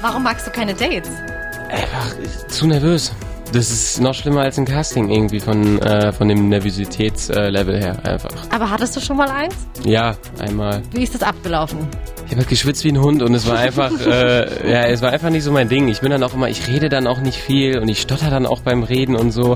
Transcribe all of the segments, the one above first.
Warum magst du keine Dates? Einfach zu nervös. Das ist noch schlimmer als ein Casting irgendwie von dem Nervositätslevel her einfach. Aber hattest du schon mal eins? Ja, einmal. Wie ist das abgelaufen? Ich habe halt geschwitzt wie ein Hund und es war einfach, es war einfach nicht so mein Ding. Ich rede dann auch nicht viel und ich stotter dann auch beim Reden und so.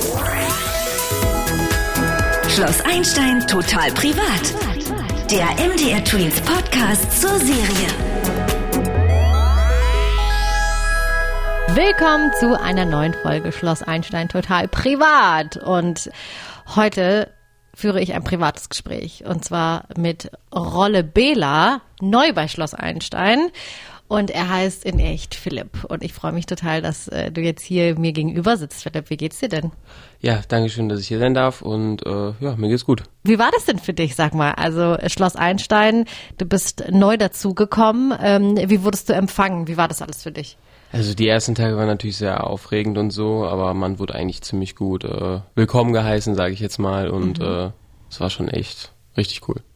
Schloss Einstein total privat. Der MDR Tweens Podcast zur Serie. Willkommen zu einer neuen Folge Schloss Einstein total privat. Und heute führe ich ein privates Gespräch. Und zwar mit Rolle Bela, neu bei Schloss Einstein. Und er heißt in echt Philipp. Und ich freue mich total, dass du jetzt hier mir gegenüber sitzt. Philipp, wie geht's dir denn? Ja, danke schön, dass ich hier sein darf. Und mir geht's gut. Wie war das denn für dich, sag mal? Also Schloss Einstein, du bist neu dazugekommen. Wie wurdest du empfangen? Wie war das alles für dich? Also die ersten Tage waren natürlich sehr aufregend und so, aber man wurde eigentlich ziemlich gut willkommen geheißen, sage ich jetzt mal. Und es war schon echt richtig cool.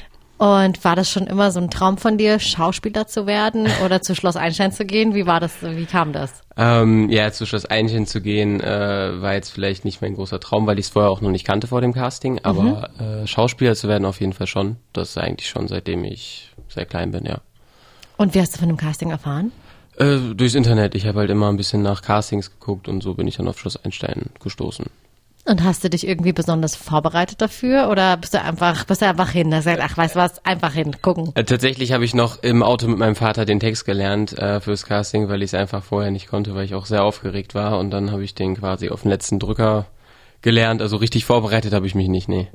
Und war das schon immer so ein Traum von dir, Schauspieler zu werden oder zu Schloss Einstein zu gehen? Wie war das? Wie kam das? Zu Schloss Einstein zu gehen war jetzt vielleicht nicht mein großer Traum, weil ich es vorher auch noch nicht kannte vor dem Casting. Aber Schauspieler zu werden auf jeden Fall schon. Das ist eigentlich schon seitdem ich sehr klein bin, ja. Und wie hast du von dem Casting erfahren? Durchs Internet. Ich habe halt immer ein bisschen nach Castings geguckt und so bin ich dann auf Schloss Einstein gestoßen. Und hast du dich irgendwie besonders vorbereitet dafür oder bist du einfach hin? Da sagst, ach, weißt du was, einfach hin, gucken. Tatsächlich habe ich noch im Auto mit meinem Vater den Text gelernt fürs Casting, weil ich es einfach vorher nicht konnte, weil ich auch sehr aufgeregt war. Und dann habe ich den quasi auf den letzten Drücker gelernt. Also richtig vorbereitet habe ich mich nicht, nee.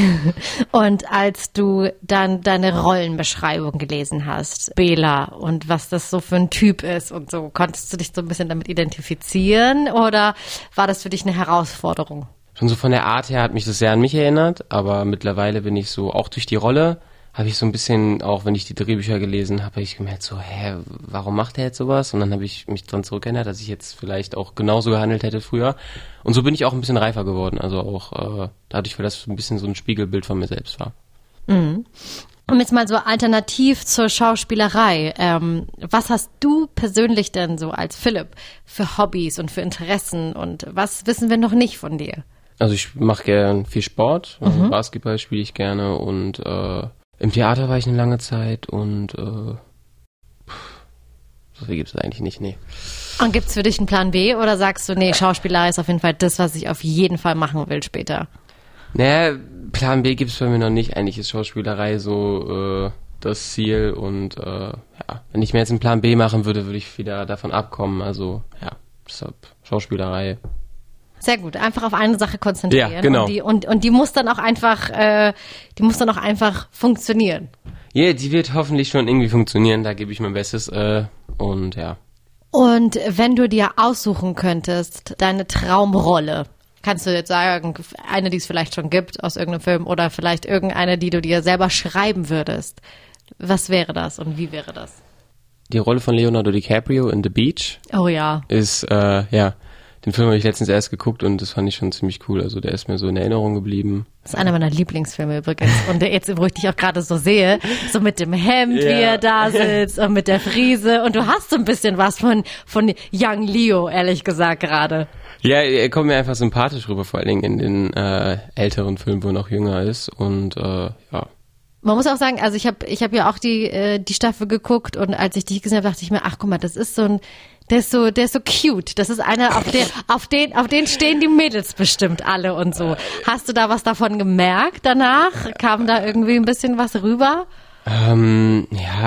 Und als du dann deine Rollenbeschreibung gelesen hast, Bela, und was das so für ein Typ ist und so, konntest du dich so ein bisschen damit identifizieren oder war das für dich eine Herausforderung? Schon so von der Art her hat mich das sehr an mich erinnert, aber mittlerweile bin ich so, auch durch die Rolle, habe ich so ein bisschen, auch wenn ich die Drehbücher gelesen habe, ich gemerkt so, warum macht er jetzt sowas? Und dann habe ich mich dran zurückerinnert, dass ich jetzt vielleicht auch genauso gehandelt hätte früher. Und so bin ich auch ein bisschen reifer geworden, also auch dadurch, weil das ein bisschen so ein Spiegelbild von mir selbst war. Mhm. Und jetzt mal so alternativ zur Schauspielerei. Was hast du persönlich denn so als Philipp für Hobbys und für Interessen und was wissen wir noch nicht von dir? Also ich mache gern viel Sport, Basketball spiele ich gerne und im Theater war ich eine lange Zeit und so viel gibt es eigentlich nicht, nee. Und gibt's für dich einen Plan B oder sagst du, nee, Schauspielerei ist auf jeden Fall das, was ich auf jeden Fall machen will später? Naja, Plan B gibt's bei mir noch nicht. Eigentlich ist Schauspielerei so das Ziel und wenn ich mir jetzt einen Plan B machen würde, würde ich wieder davon abkommen. Also ja, deshalb Schauspielerei. Sehr gut, einfach auf eine Sache konzentrieren. Ja, genau. Und die muss dann auch einfach, funktionieren. Ja, die wird hoffentlich schon irgendwie funktionieren, da gebe ich mein Bestes und ja. Und wenn du dir aussuchen könntest, deine Traumrolle, kannst du jetzt sagen, eine, die es vielleicht schon gibt aus irgendeinem Film oder vielleicht irgendeine, die du dir selber schreiben würdest. Was wäre das und wie wäre das? Die Rolle von Leonardo DiCaprio in The Beach. Oh ja. Ist, den Film habe ich letztens erst geguckt und das fand ich schon ziemlich cool. Also der ist mir so in Erinnerung geblieben. Das ist einer meiner Lieblingsfilme übrigens. Und jetzt, wo ich dich auch gerade so sehe, so mit dem Hemd, wie er da sitzt und mit der Frise. Und du hast so ein bisschen was von Young Leo, ehrlich gesagt, gerade. Ja, er kommt mir einfach sympathisch rüber, vor allen Dingen in den älteren Filmen, wo er noch jünger ist. Und ja. Man muss auch sagen, also ich hab ja auch die Staffel geguckt und als ich dich gesehen habe, dachte ich mir, ach guck mal, das ist so ein, der ist so cute. Das ist einer, auf den stehen die Mädels bestimmt alle und so. Hast du da was davon gemerkt danach? Kam da irgendwie ein bisschen was rüber? Ein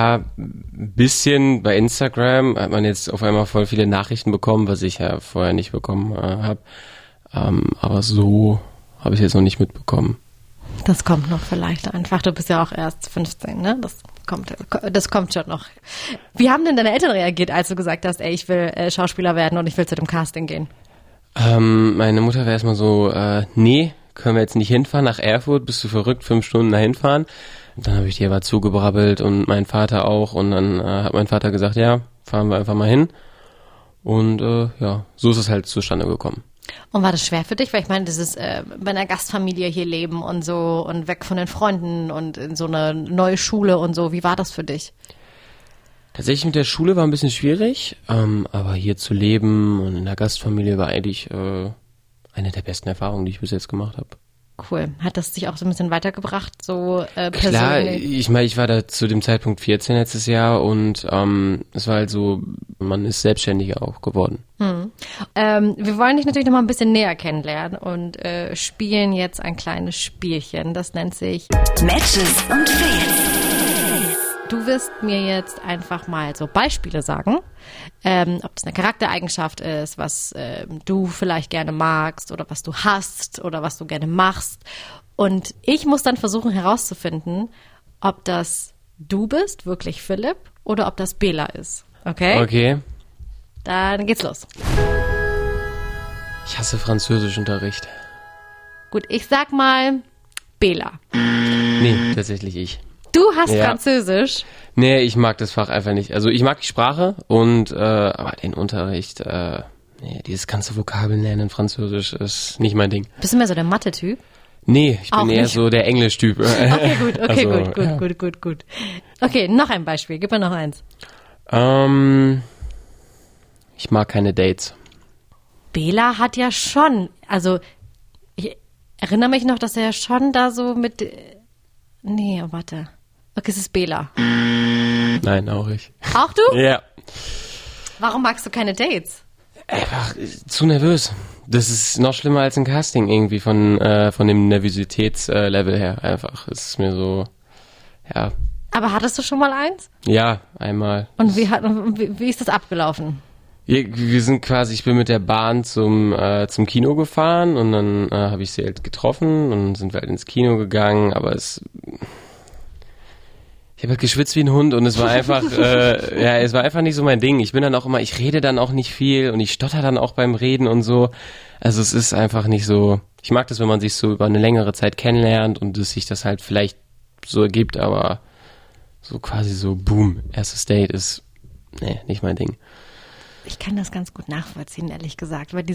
bisschen bei Instagram hat man jetzt auf einmal voll viele Nachrichten bekommen, was ich ja vorher nicht bekommen habe. Aber so habe ich jetzt noch nicht mitbekommen. Das kommt noch vielleicht einfach. Du bist ja auch erst 15, ne? Das kommt schon noch. Wie haben denn deine Eltern reagiert, als du gesagt hast, ey, ich will Schauspieler werden und ich will zu dem Casting gehen? Meine Mutter war erstmal so, nee, können wir jetzt nicht hinfahren nach Erfurt, bist du verrückt, 5 Stunden dahin fahren. Dann habe ich dir aber zugebrabbelt und mein Vater auch und dann hat mein Vater gesagt, ja, fahren wir einfach mal hin. Und so ist es halt zustande gekommen. Und war das schwer für dich? Weil ich meine, dieses bei einer Gastfamilie hier leben und so und weg von den Freunden und in so eine neue Schule und so. Wie war das für dich? Tatsächlich mit der Schule war ein bisschen schwierig, aber hier zu leben und in der Gastfamilie war eigentlich eine der besten Erfahrungen, die ich bis jetzt gemacht habe. Cool. Hat das dich auch so ein bisschen weitergebracht, so persönlich? Klar, ich meine, ich war da zu dem Zeitpunkt 14 letztes Jahr und es war halt so, man ist selbstständiger auch geworden. Wir wollen dich natürlich noch mal ein bisschen näher kennenlernen und spielen jetzt ein kleines Spielchen. Das nennt sich Matches und Fails. Du wirst mir jetzt einfach mal so Beispiele sagen, ob das eine Charaktereigenschaft ist, was du vielleicht gerne magst oder was du hasst oder was du gerne machst. Und ich muss dann versuchen herauszufinden, ob das du bist, wirklich Philipp, oder ob das Bela ist. Okay? Okay. Dann geht's los. Ich hasse Französischunterricht. Gut, ich sag mal Bela. Nee, tatsächlich ich. Du hast Ja. Französisch. Nee, ich mag das Fach einfach nicht. Also ich mag die Sprache und aber den Unterricht, nee, dieses ganze Vokabeln lernen in Französisch ist nicht mein Ding. Bist du mehr so der Mathe-Typ? Nee, ich Auch bin eher nicht? so der Englisch-Typ. Okay, gut, okay, Also, gut. Okay, noch ein Beispiel. Gib mir noch eins. Ich mag keine Dates. Bela hat ja schon, also ich erinnere mich noch, dass er ja schon da so mit, nee, warte. Okay, es ist Bela. Nein, auch ich. Auch du? Ja. Warum magst du keine Dates? Einfach zu nervös. Das ist noch schlimmer als ein Casting irgendwie von dem Nervositätslevel her einfach. Es ist mir so, ja. Aber hattest du schon mal eins? Ja, einmal. Und wie ist das abgelaufen? Wir sind quasi, ich bin mit der Bahn zum Kino gefahren und dann habe ich sie halt getroffen und dann sind wir halt ins Kino gegangen, aber ich habe halt geschwitzt wie ein Hund und es war einfach, es war einfach nicht so mein Ding. Ich bin dann auch immer, ich rede dann auch nicht viel und ich stotter dann auch beim Reden und so. Also es ist einfach nicht so, ich mag das, wenn man sich so über eine längere Zeit kennenlernt und es sich das halt vielleicht so ergibt, aber so quasi so, boom, erstes Date ist, nee, nicht mein Ding. Ich kann das ganz gut nachvollziehen, ehrlich gesagt, weil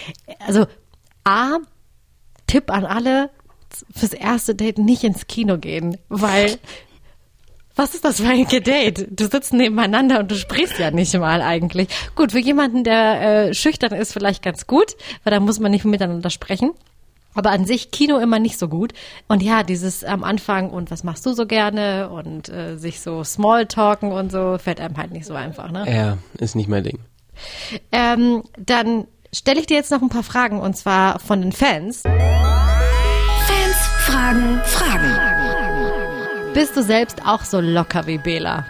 Tipp an alle, fürs erste Date nicht ins Kino gehen, weil was ist das für ein Date? Du sitzt nebeneinander und du sprichst ja nicht mal eigentlich. Gut, für jemanden, der schüchtern ist, vielleicht ganz gut, weil da muss man nicht miteinander sprechen. Aber an sich Kino immer nicht so gut. Und ja, dieses am Anfang und was machst du so gerne und sich so Smalltalken und so fällt einem halt nicht so einfach, ne? Ja, ist nicht mein Ding. Dann stelle ich dir jetzt noch ein paar Fragen und zwar von den Fans. Fans fragen Fragen. Bist du selbst auch so locker wie Bela?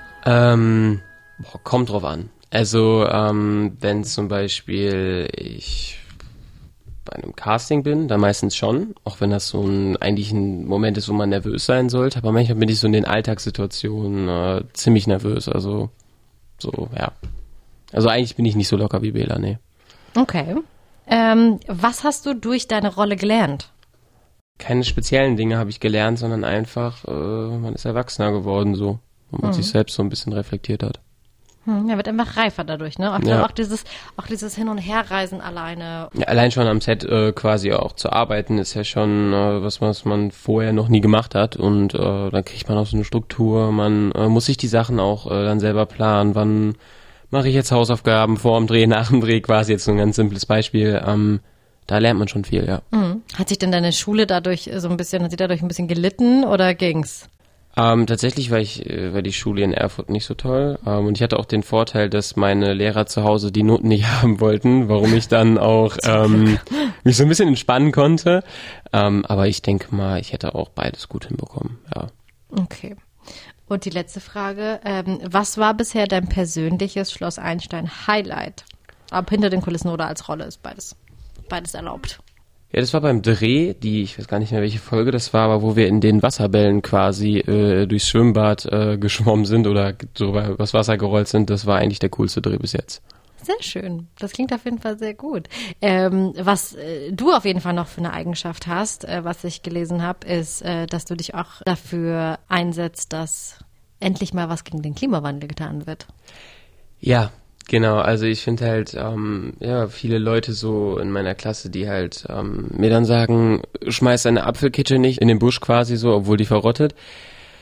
Kommt drauf an. Also, wenn zum Beispiel ich bei einem Casting bin, dann meistens schon, auch wenn das so eigentlich ein Moment ist, wo man nervös sein sollte, aber manchmal bin ich so in den Alltagssituationen ziemlich nervös, also so, ja. Also eigentlich bin ich nicht so locker wie Bela, nee. Okay. Was hast du durch deine Rolle gelernt? Keine speziellen Dinge habe ich gelernt, sondern einfach, man ist erwachsener geworden so, und man sich selbst so ein bisschen reflektiert hat. Er wird einfach reifer dadurch, ne? Ja. Auch dieses Hin- und Herreisen alleine. Ja, allein schon am Set quasi auch zu arbeiten, ist ja schon was man vorher noch nie gemacht hat und dann kriegt man auch so eine Struktur, man muss sich die Sachen auch dann selber planen, wann mache ich jetzt Hausaufgaben vor dem Dreh, nach dem Dreh, quasi jetzt so ein ganz simples Beispiel, da lernt man schon viel, ja. Hat sich denn deine Schule dadurch ein bisschen gelitten oder ging's? Tatsächlich war die Schule in Erfurt nicht so toll und ich hatte auch den Vorteil, dass meine Lehrer zu Hause die Noten nicht haben wollten, warum ich dann auch mich so ein bisschen entspannen konnte. Aber ich denke mal, ich hätte auch beides gut hinbekommen, ja. Okay. Und die letzte Frage, was war bisher dein persönliches Schloss Einstein Highlight? Ob hinter den Kulissen oder als Rolle ist beides erlaubt. Ja, das war beim Dreh, ich weiß gar nicht mehr, welche Folge das war, aber wo wir in den Wasserbällen quasi durchs Schwimmbad geschwommen sind oder so übers Wasser gerollt sind. Das war eigentlich der coolste Dreh bis jetzt. Sehr schön. Das klingt auf jeden Fall sehr gut. Was du auf jeden Fall noch für eine Eigenschaft hast, was ich gelesen habe, ist, dass du dich auch dafür einsetzt, dass endlich mal was gegen den Klimawandel getan wird. Ja, genau. Also ich finde halt, viele Leute so in meiner Klasse, die halt mir dann sagen, schmeiß deine Apfelkitsche nicht in den Busch quasi so, obwohl die verrottet.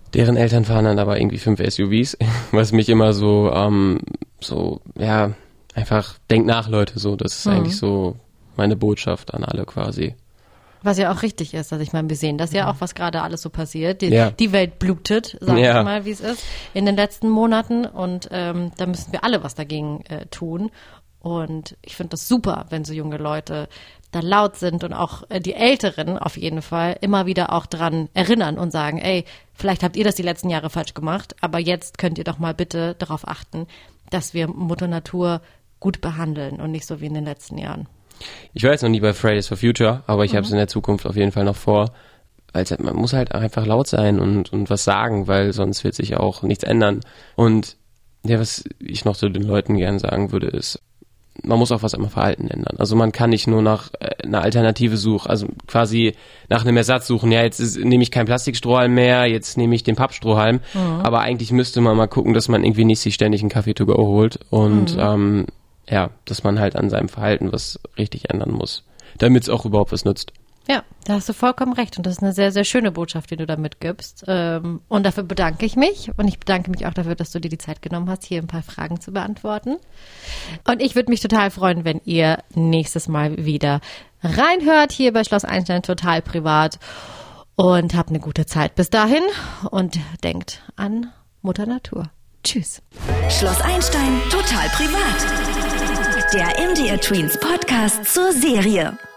Deren Eltern fahren dann aber irgendwie 5 SUVs, was mich immer so, einfach denkt nach, Leute, so, das ist eigentlich so meine Botschaft an alle quasi. Was ja auch richtig ist, also ich meine, wir sehen das ja auch, was gerade alles so passiert. Die Welt blutet, sag ich mal, wie es ist, in den letzten Monaten und da müssen wir alle was dagegen tun. Und ich finde das super, wenn so junge Leute da laut sind und auch die Älteren auf jeden Fall immer wieder auch dran erinnern und sagen, ey, vielleicht habt ihr das die letzten Jahre falsch gemacht, aber jetzt könnt ihr doch mal bitte darauf achten, dass wir Mutter Natur gut behandeln und nicht so wie in den letzten Jahren. Ich war jetzt noch nie bei Fridays for Future, aber ich habe es in der Zukunft auf jeden Fall noch vor. Also man muss halt einfach laut sein und was sagen, weil sonst wird sich auch nichts ändern. Und ja, was ich noch zu den Leuten gern sagen würde, ist, man muss auch was am Verhalten ändern. Also man kann nicht nur nach einer Alternative suchen, also quasi nach einem Ersatz suchen. Ja, jetzt nehme ich keinen Plastikstrohhalm mehr, jetzt nehme ich den Pappstrohhalm. Aber eigentlich müsste man mal gucken, dass man irgendwie nicht sich ständig einen Kaffee to go holt und dass man halt an seinem Verhalten was richtig ändern muss, damit es auch überhaupt was nützt. Ja, da hast du vollkommen recht und das ist eine sehr, sehr schöne Botschaft, die du da mitgibst. Und dafür bedanke ich mich und ich bedanke mich auch dafür, dass du dir die Zeit genommen hast, hier ein paar Fragen zu beantworten. Und ich würde mich total freuen, wenn ihr nächstes Mal wieder reinhört hier bei Schloss Einstein total privat und habt eine gute Zeit bis dahin und denkt an Mutter Natur. Tschüss. Schloss Einstein total privat. Der MDR Tweens Podcast zur Serie.